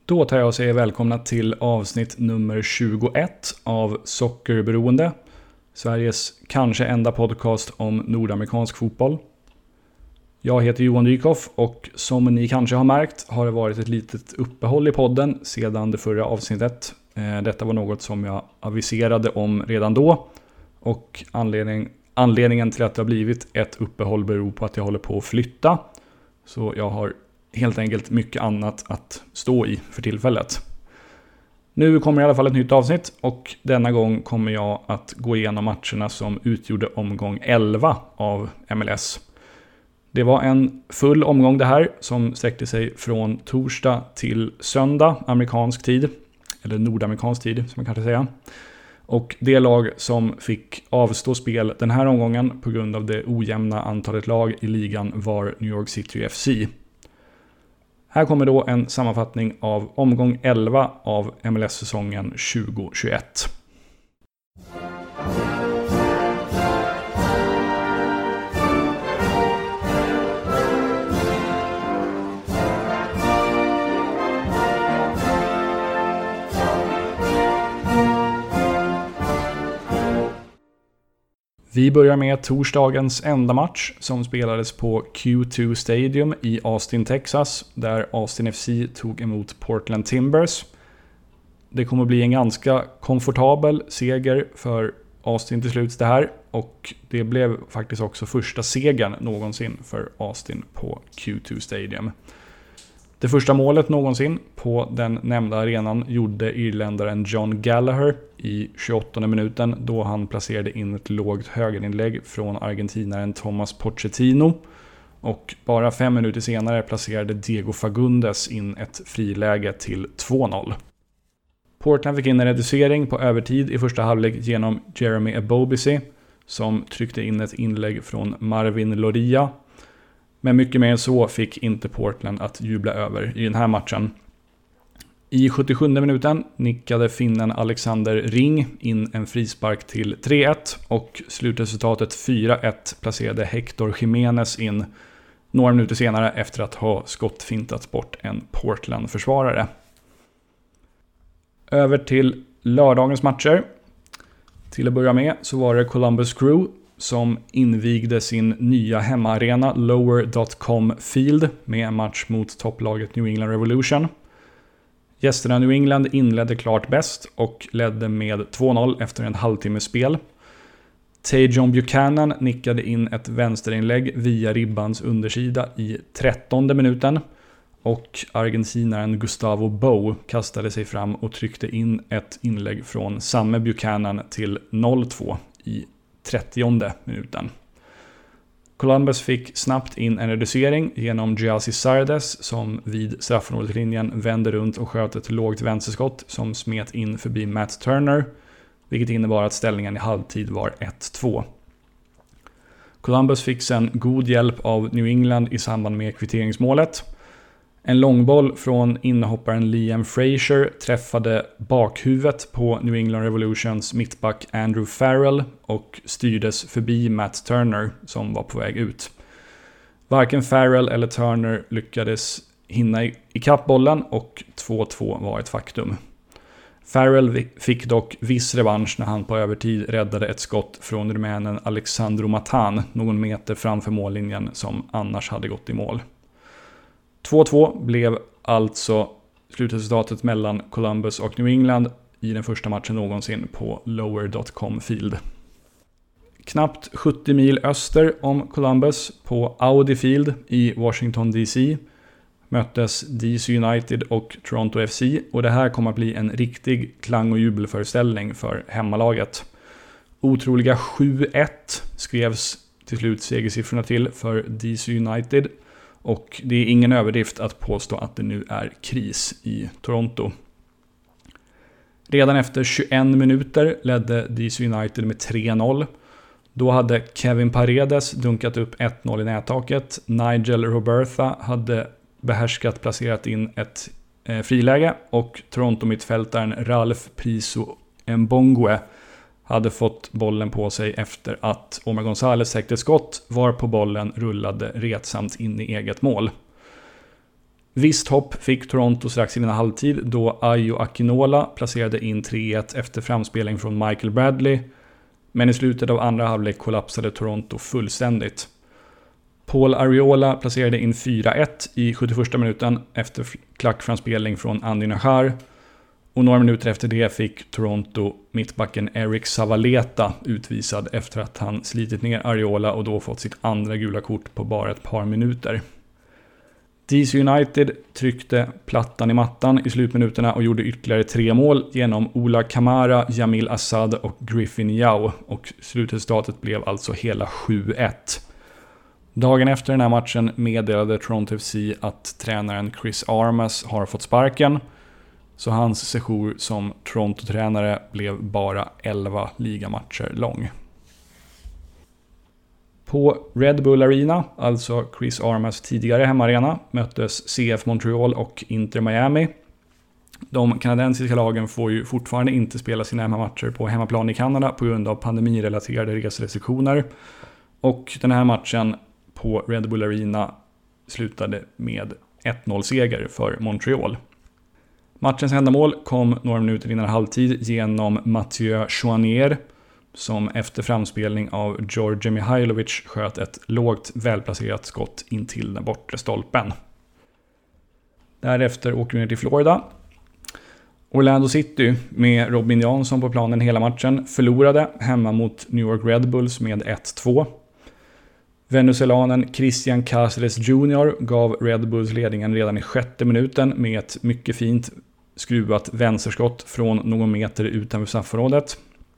Då tar jag och säger välkomna till avsnitt nummer 21 av Sockerberoende. Sveriges kanske enda podcast om nordamerikansk fotboll. Jag heter Johan Dykhoff och som ni kanske har märkt har det varit ett litet uppehåll i podden sedan det förra avsnittet. Detta var något som jag aviserade om redan då och anledningen till att det har blivit ett uppehåll beror på att jag håller på att flytta. Så jag har helt enkelt mycket annat att stå i för tillfället. Nu kommer i alla fall ett nytt avsnitt och denna gång kommer jag att gå igenom matcherna som utgjorde omgång 11 av MLS. Det var en full omgång det här som sträckte sig från torsdag till söndag amerikansk tid, eller nordamerikansk tid som man kan säga. Och det lag som fick avstå spel den här omgången på grund av det ojämna antalet lag i ligan var New York City FC. Här kommer då en sammanfattning av omgång 11 av MLS-säsongen 2021. Vi börjar med torsdagens enda match som spelades på Q2 Stadium i Austin, Texas, där Austin FC tog emot Portland Timbers. Det kommer bli en ganska komfortabel seger för Austin till slut det här, och det blev faktiskt också första segern någonsin för Austin på Q2 Stadium. Det första målet någonsin på den nämnda arenan gjorde irländaren John Gallagher i 28:e minuten då han placerade in ett lågt högerinlägg från argentinaren Thomas Pochettino. Och bara 5 minuter senare placerade Diego Fagundes in ett friläge till 2-0. Portland fick in en reducering på övertid i första halvlek genom Jeremy Ebobisse som tryckte in ett inlägg från Marvin Loria. Men mycket mer än så fick inte Portland att jubla över i den här matchen. I 77:e minuten nickade finnen Alexander Ring in en frispark till 3-1 och slutresultatet 4-1 placerade Hector Jiménez in några minuter senare efter att ha skottfintat bort en Portland-försvarare. Över till lördagens matcher. Till att börja med så var det Columbus Crew som invigde sin nya hemmaarena Lower.com Field med en match mot topplaget New England Revolution. Gästerna New England inledde klart bäst och ledde med 2-0 efter en halvtimme spel. Tajon Buchanan nickade in ett vänsterinlägg via ribbans undersida i 13:e minuten och argentinaren Gustavo Bou kastade sig fram och tryckte in ett inlägg från samme Buchanan till 0-2 i 30:e minuten. Columbus fick snabbt in en reducering genom Gyasi Sardes som vid straffområdeslinjen vände runt och sköt ett lågt vänsterskott som smet in förbi Matt Turner, vilket innebar att ställningen i halvtid var 1-2. Columbus fick sedan god hjälp av New England i samband med kvitteringsmålet. En långboll från inhopparen Liam Frazier träffade bakhuvudet på New England Revolutions mittback Andrew Farrell och styrdes förbi Matt Turner som var på väg ut. Varken Farrell eller Turner lyckades hinna ikapp bollen och 2-2 var ett faktum. Farrell fick dock viss revansch när han på övertid räddade ett skott från rumänen Alexandru Matan någon meter framför mållinjen som annars hade gått i mål. 2-2 blev alltså slutresultatet mellan Columbus och New England i den första matchen någonsin på Lower.com Field. Knappt 70 mil öster om Columbus på Audi Field i Washington DC möttes DC United och Toronto FC, och det här kommer att bli en riktig klang- och jubelföreställning för hemmalaget. Otroliga 7-1 skrevs till slut segersiffrorna till för DC United. Och det är ingen överdrift att påstå att det nu är kris i Toronto. Redan efter 21 minuter ledde DC United med 3-0. Då hade Kevin Paredes dunkat upp 1-0 i nättaket. Nigel Robertha hade behärskat placerat in ett friläge. Och Toronto-mittfältaren Ralph Priso Mbongue hade fått bollen på sig efter att Omar Gonzalez täckte skott var på bollen rullade retsamt in i eget mål. Visst hopp fick Toronto strax innan halvtid då Ayo Akinola placerade in 3-1 efter framspelning från Michael Bradley. Men i slutet av andra halvlek kollapsade Toronto fullständigt. Paul Arriola placerade in 4-1 i 71 minuten efter klackframspelning från Andy Najar. Och några minuter efter det fick Toronto mittbacken Eric Zavaleta utvisad efter att han slitit ner Arriola och då fått sitt andra gula kort på bara ett par minuter. DC United tryckte plattan i mattan i slutminuterna och gjorde ytterligare 3 mål genom Ola Kamara, Jamil Assad och Griffin Yao, och slutresultatet blev alltså hela 7-1. Dagen efter den här matchen meddelade Toronto FC att tränaren Chris Armas har fått sparken, så hans sejour som Toronto-tränare blev bara 11 ligamatcher lång. På Red Bull Arena, alltså Chris Armas tidigare hemmaarena, möttes CF Montreal och Inter Miami. De kanadensiska lagen får ju fortfarande inte spela sina hemmamatcher på hemmaplan i Kanada på grund av pandemirelaterade reserestriktioner. Och den här matchen på Red Bull Arena slutade med 1-0-seger för Montreal. Matchens enda mål kom några minuter innan halvtid genom Mathieu Chouanier, som efter framspelning av Georgi Mihailovic sköt ett lågt välplacerat skott in till den bortre stolpen. Därefter åker vi ner till Florida. Orlando City med Robin Jansson på planen hela matchen förlorade hemma mot New York Red Bulls med 1-2. Venezuelanen Christian Cáceres Jr. gav Red Bulls ledningen redan i 6:e minuten med ett mycket fint skruvat vänsterskott från någon meter utanför straffområdet.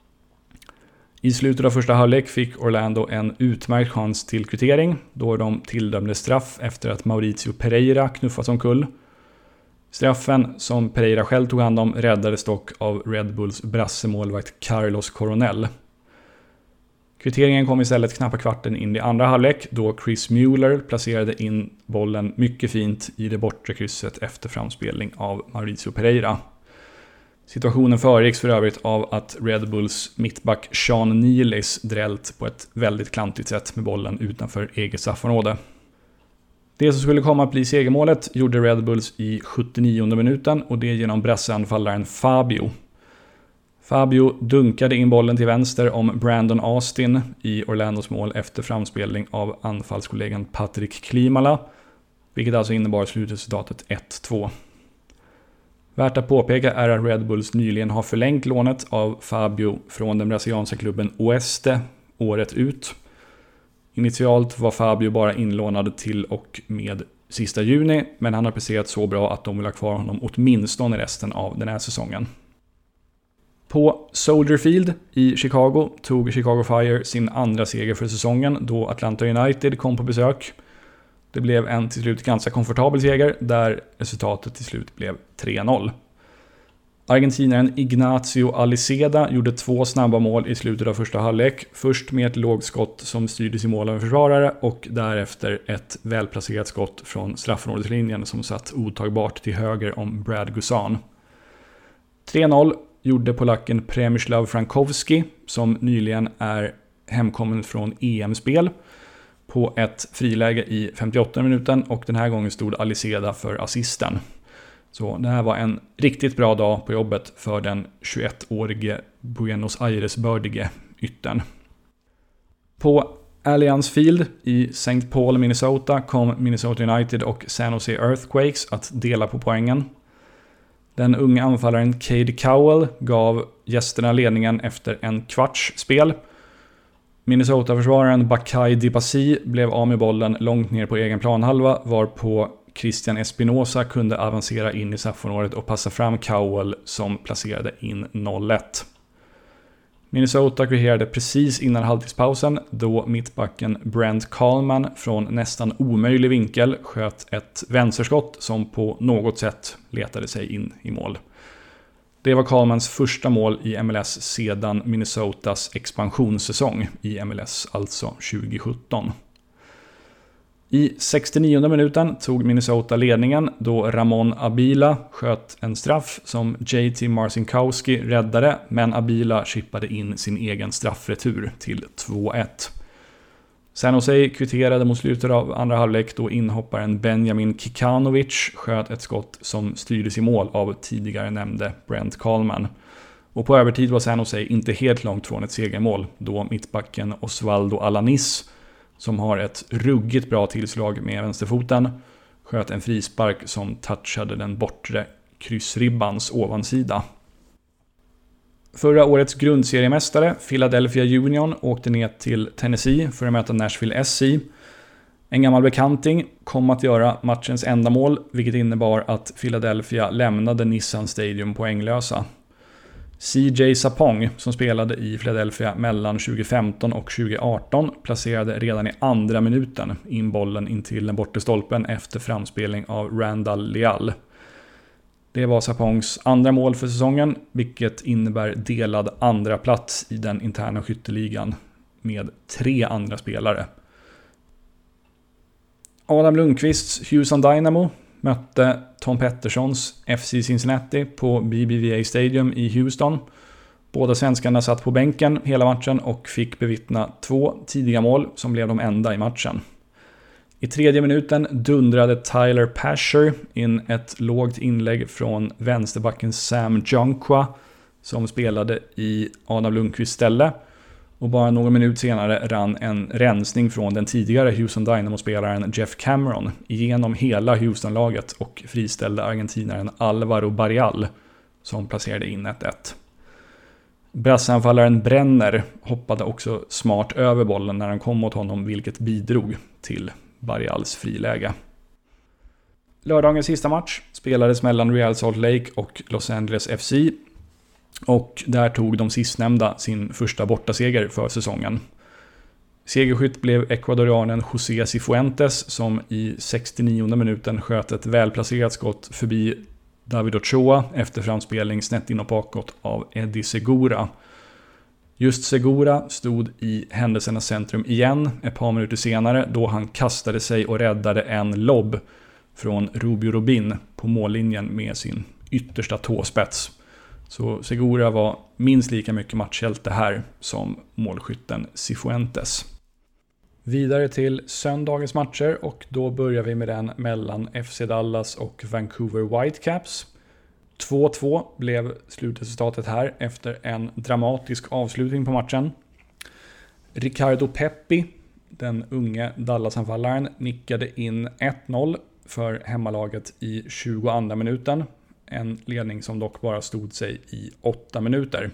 I slutet av första halvlek fick Orlando en utmärkt chans till kvittering då de tilldömde straff efter att Mauricio Pereira knuffats omkull. Straffen som Pereira själv tog hand om räddades dock av Red Bulls brassemålvakt Carlos Coronel. Kvitteringen kom istället knappt kvarten in i andra halvlek då Chris Mueller placerade in bollen mycket fint i det bortre krysset efter framspelning av Mauricio Pereira. Situationen föregicks för övrigt av att Red Bulls mittback Sean Nealis drällt på ett väldigt klantigt sätt med bollen utanför eget straffområde. Det som skulle komma att bli segermålet gjorde Red Bulls i 79:e minuten och det genom brasseanfallaren Fabio. Fabio dunkade in bollen till vänster om Brandon Austin i Orlandos mål efter framspelning av anfallskollegan Patrick Klimala, vilket alltså innebar slutresultatet 1-2. Värt att påpeka är att Red Bulls nyligen har förlängt lånet av Fabio från den brasilianska klubben Oeste året ut. Initialt var Fabio bara inlånad till och med sista juni, men han har presterat så bra att de vill ha kvar honom åtminstone resten av den här säsongen. På Soldier Field i Chicago tog Chicago Fire sin andra seger för säsongen då Atlanta United kom på besök. Det blev en till slut ganska komfortabel seger där resultatet till slut blev 3-0. Argentinaren Ignacio Aliceda gjorde 2 snabba mål i slutet av första halvlek. Först med ett lågskott som styrdes i mål av en försvarare och därefter ett välplacerat skott från straffområdeslinjen som satt otagbart till höger om Brad Guzan. 3-0 gjorde polacken Przemysław Frankowski, som nyligen är hemkommen från EM-spel, på ett friläge i 58 minuten och den här gången stod Aliceda för assisten. Så det här var en riktigt bra dag på jobbet för den 21-årige Buenos Aires-bördige yttern. På Allianz Field i St. Paul, Minnesota kom Minnesota United och San Jose Earthquakes att dela på poängen. Den unga anfallaren Cade Cowell gav gästerna ledningen efter en kvarts spel. Minnesota-försvararen Bakay Dipasi blev av med bollen långt ner på egen planhalva varpå Christian Espinosa kunde avancera in i straffområdet och passa fram Cowell som placerade in 0-1. Minnesota kvitterade precis innan halvtidspausen då mittbacken Brent Kallman från nästan omöjlig vinkel sköt ett vänsterskott som på något sätt letade sig in i mål. Det var Kallmans första mål i MLS sedan Minnesotas expansionssäsong i MLS, alltså 2017. I 69:e minuten tog Minnesota ledningen då Ramon Abila sköt en straff som JT Marcinkowski räddade, men Abila chippade in sin egen straffretur till 2-1. San Jose kvitterade mot slutet av andra halvlek då inhopparen Benjamin Kikanovic sköt ett skott som styrdes i mål av tidigare nämnde Brent Kallman. Och på övertid var San Jose inte helt långt från ett segermål då mittbacken Osvaldo Alanis, som har ett ruggigt bra tillslag med vänsterfoten, sköt en frispark som touchade den bortre kryssribbans ovansida. Förra årets grundseriemästare Philadelphia Union åkte ner till Tennessee för att möta Nashville SC. En gammal bekanting kom att göra matchens enda mål, vilket innebar att Philadelphia lämnade Nissan Stadium poänglösa. CJ Sapong, som spelade i Philadelphia mellan 2015 och 2018, placerade redan i andra minuten in bollen in till den bortre stolpen efter framspelning av Randall Leal. Det var Sapongs andra mål för säsongen, vilket innebär delad andra plats i den interna skytteligan med 3 andra spelare. Adam Lundqvists Houston Dynamo mötte Tom Petterssons FC Cincinnati på BBVA Stadium i Houston. Båda svenskarna satt på bänken hela matchen och fick bevittna 2 tidiga mål som blev de enda i matchen. I 3:e minuten dundrade Tyler Pasher in ett lågt inlägg från vänsterbacken Sam Jonkwa som spelade i Adam Lundqvists ställe. Och bara några minuter senare rann en rensning från den tidigare Houston Dynamo-spelaren Jeff Cameron igenom hela Houston-laget och friställde argentinaren Alvaro Barrial som placerade in 1-1. Brassanfallaren Brenner hoppade också smart över bollen när han kom mot honom, vilket bidrog till Barrials friläge. Lördagens sista match spelades mellan Real Salt Lake och Los Angeles FC. Och där tog de sistnämnda sin första bortaseger för säsongen. Segerskytt blev ecuadorianen José Cifuentes som i 69:e minuten sköt ett välplacerat skott förbi David Ochoa efter framspelning snett in och bakåt av Eddie Segura. Just Segura stod i händelsernas centrum igen ett par minuter senare då han kastade sig och räddade en lobb från Rubio Rubin på mållinjen med sin yttersta tåspets. Så Segura var minst lika mycket matchhjälte här som målskytten Cifuentes. Vidare till söndagens matcher och då börjar vi med den mellan FC Dallas och Vancouver Whitecaps. 2-2 blev slutresultatet här efter en dramatisk avslutning på matchen. Ricardo Pepi, den unge Dallas-anfallaren, nickade in 1-0 för hemmalaget i 22:a minuten. En ledning som dock bara stod sig i 8 minuter.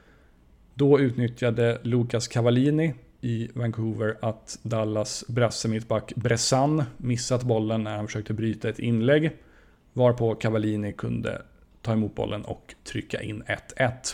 Då utnyttjade Lucas Cavallini i Vancouver att Dallas brassemittback Bressan missat bollen när han försökte bryta ett inlägg, varpå Cavallini kunde ta emot bollen och trycka in 1-1.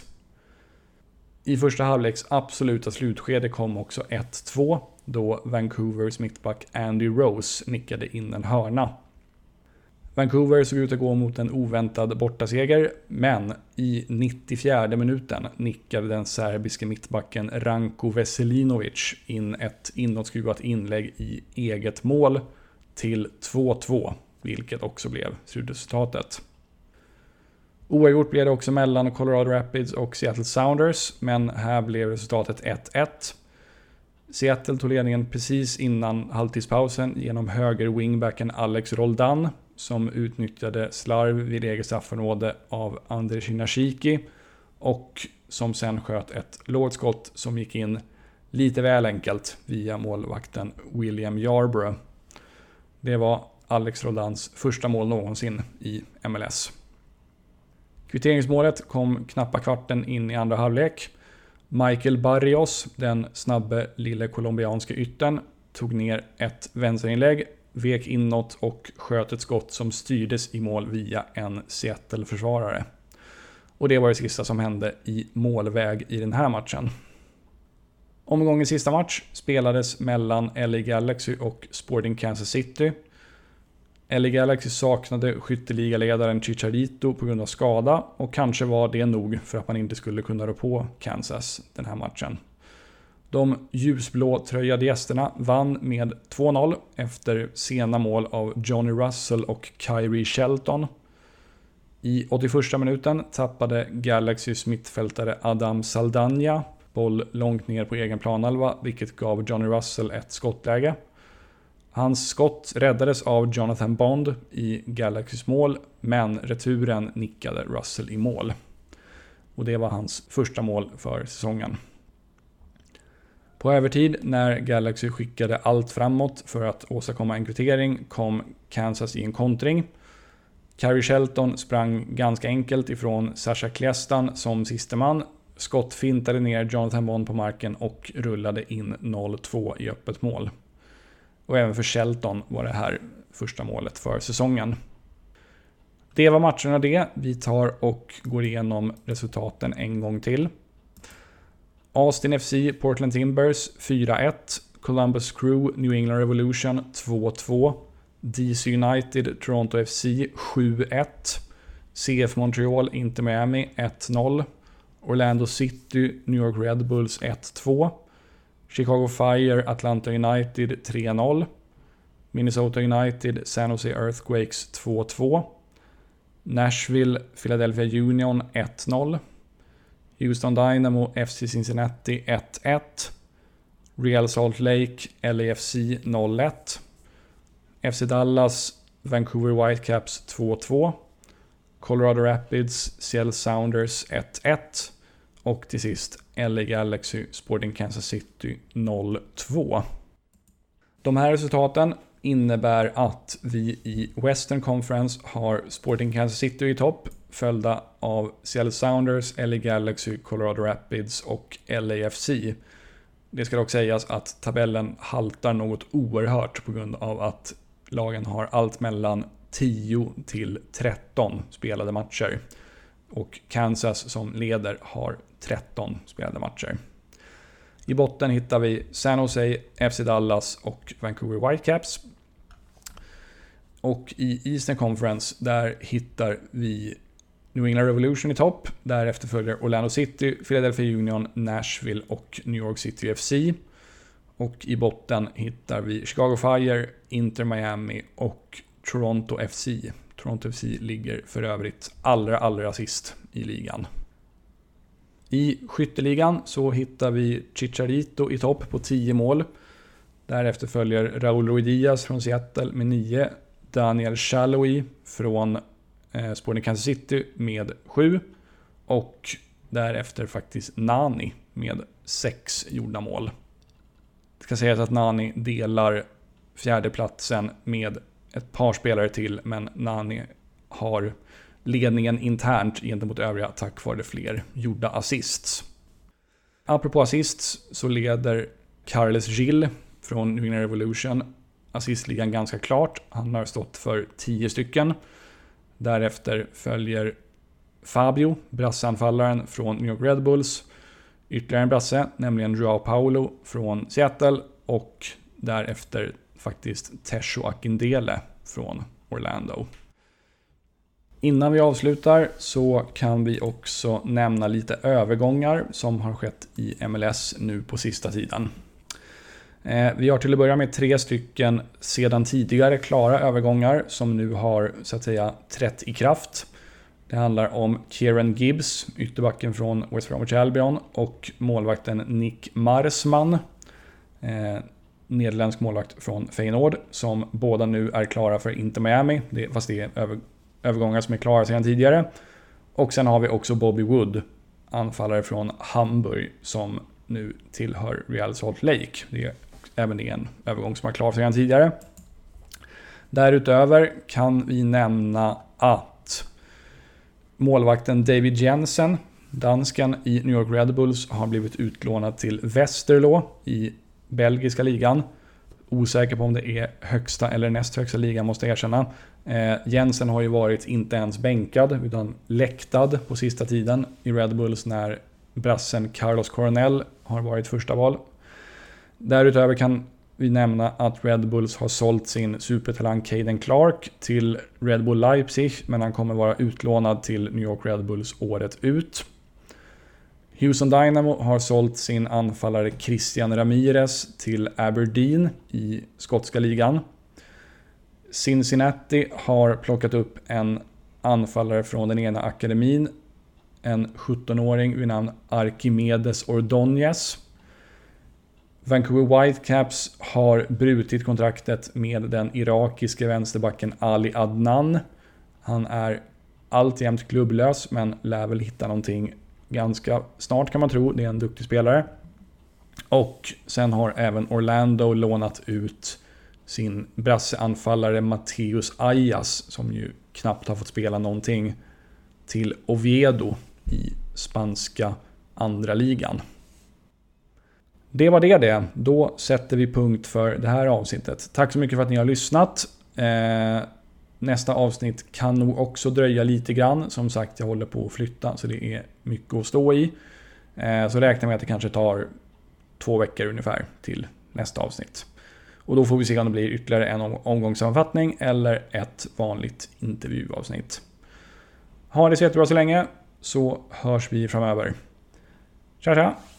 I första halvleks absoluta slutskede kom också 1-2 då Vancouvers mittback Andy Rose nickade in en hörna. Vancouver såg ut att gå mot en oväntad bortaseger, men i 94:e minuten nickade den serbiske mittbacken Ranko Veselinovic in ett inåtskruvat inlägg i eget mål till 2-2, vilket också blev slutresultatet. Oavgjort blev det också mellan Colorado Rapids och Seattle Sounders, men här blev resultatet 1-1. Seattle tog ledningen precis innan halvtidspausen genom höger wingbacken Alex Roldan, som utnyttjade slarv vid eget straffområde av Andrei Shinashiki och som sen sköt ett lågt skott som gick in lite väl enkelt via målvakten William Yarbrough. Det var Alex Roldans första mål någonsin i MLS. Kvitteringsmålet kom knappa kvarten in i andra halvlek. Michael Barrios, den snabbe lille colombianska yttern, tog ner ett vänsterinlägg, vek inåt och sköt ett skott som styrdes i mål via en Seattle-försvarare. Och det var det sista som hände i målväg i den här matchen. Omgångens sista match spelades mellan LA Galaxy och Sporting Kansas City. LA Galaxy saknade skytteligaledaren Chicharito på grund av skada och kanske var det nog för att man inte skulle kunna rå på Kansas den här matchen. De ljusblå tröjade gästerna vann med 2-0 efter sena mål av Johnny Russell och Kyrie Shelton. I 81:a minuten tappade Galaxys mittfältare Adam Saldana boll långt ner på egen planhalva, vilket gav Johnny Russell ett skottläge. Hans skott räddades av Jonathan Bond i Galaxys mål, men returen nickade Russell i mål. Och det var hans första mål för säsongen. På övertid, när Galaxy skickade allt framåt för att åstadkomma en kvittering, kom Kansas i en kontring. Carey Shelton sprang ganska enkelt ifrån Sasha Kljestan som siste man. Scott fintade ner Jonathan Bond på marken och rullade in 0-2 i öppet mål. Och även för Shelton var det här första målet för säsongen. Det var matcherna det. Vi tar och går igenom resultaten en gång till. Austin FC, Portland Timbers 4-1. Columbus Crew, New England Revolution 2-2. DC United, Toronto FC 7-1. CF Montreal, Inter Miami 1-0. Orlando City, New York Red Bulls 1-2. Chicago Fire, Atlanta United 3-0. Minnesota United, San Jose Earthquakes 2-2. Nashville, Philadelphia Union 1-0. Houston Dynamo, FC Cincinnati 1-1. Real Salt Lake, LAFC 0-1. FC Dallas, Vancouver Whitecaps 2-2. Colorado Rapids, Seattle Sounders 1-1. Och till sist LA Galaxy, Sporting Kansas City 0-2. De här resultaten innebär att vi i Western Conference har Sporting Kansas City i topp, följda av Seattle Sounders, LA Galaxy, Colorado Rapids och LAFC. Det ska dock sägas att tabellen haltar något oerhört på grund av att lagen har allt mellan 10 till 13 spelade matcher. Och Kansas som leder har 13 spelade matcher. I botten hittar vi San Jose, FC Dallas och Vancouver Whitecaps. Och i Eastern Conference där hittar vi New England Revolution i topp. Därefter följer Orlando City, Philadelphia Union, Nashville och New York City FC. Och i botten hittar vi Chicago Fire, Inter Miami och Toronto FC. Toronto FC ligger för övrigt allra sist i ligan. I skytteligan så hittar vi Chicharito i topp på 10 mål. Därefter följer Raúl Ruidíaz från Seattle med 9. Daniel Shalhoub från Sporting Kansas City med 7. Och därefter faktiskt Nani med 6 gjorda mål. Det ska sägas att Nani delar fjärdeplatsen med ett par spelare till, men Nani har ledningen internt gentemot övriga tack vare fler gjorda assists. Apropå assists så leder Carles Gil från New England Revolution assistligan ganska klart. Han har stått för 10 stycken. Därefter följer Fabio, brasseanfallaren från New York Red Bulls. Ytterligare en brasse, nämligen Joao Paulo från Seattle. Och därefter faktiskt Tesho Akindele från Orlando. Innan vi avslutar så kan vi också nämna lite övergångar som har skett i MLS nu på sista tiden. Vi har till att börja med 3 stycken sedan tidigare klara övergångar som nu har så att säga trätt i kraft. Det handlar om Kieran Gibbs, ytterbacken från West Bromwich Albion, och målvakten Nick Marsman, nederländsk målvakt från Feyenoord, som båda nu är klara för Inter Miami, fast det är övergångar som är klara sedan tidigare. Och sen har vi också Bobby Wood, anfallare från Hamburg, som nu tillhör Real Salt Lake. Det är även en övergång som är klar sedan tidigare. Därutöver kan vi nämna att målvakten David Jensen, dansken i New York Red Bulls, har blivit utlånad till Westerlo i belgiska ligan. Osäker på om det är högsta eller näst högsta ligan, måste jag erkänna. Jensen har ju varit inte ens bänkad utan läktad på sista tiden i Red Bulls när brassen Carlos Coronel har varit första val. Därutöver kan vi nämna att Red Bulls har sålt sin supertalang Caden Clark till Red Bull Leipzig, men han kommer vara utlånad till New York Red Bulls året ut. Houston Dynamo har sålt sin anfallare Christian Ramirez till Aberdeen i skotska ligan. Cincinnati har plockat upp en anfallare från den ena akademin, en 17-åring vid namn Archimedes Ordóñez. Vancouver Whitecaps har brutit kontraktet med den irakiske vänsterbacken Ali Adnan. Han är alltjämt klubblös men lär väl hitta någonting ganska snart kan man tro. Det är en duktig spelare. Och sen har även Orlando lånat ut sin brasseanfallare Mateus Ayas, som ju knappt har fått spela någonting, till Oviedo i spanska andra ligan. Det var det. Då sätter vi punkt för det här avsnittet. Tack så mycket för att ni har lyssnat. Nästa avsnitt kan nog också dröja lite grann. Som sagt, jag håller på att flytta så det är mycket att stå i. Så räknar med att det kanske tar 2 veckor ungefär till nästa avsnitt. Och då får vi se om det blir ytterligare en omgångssammanfattning eller ett vanligt intervjuavsnitt. Ha det så jättebra så länge, så hörs vi framöver. Tja tja!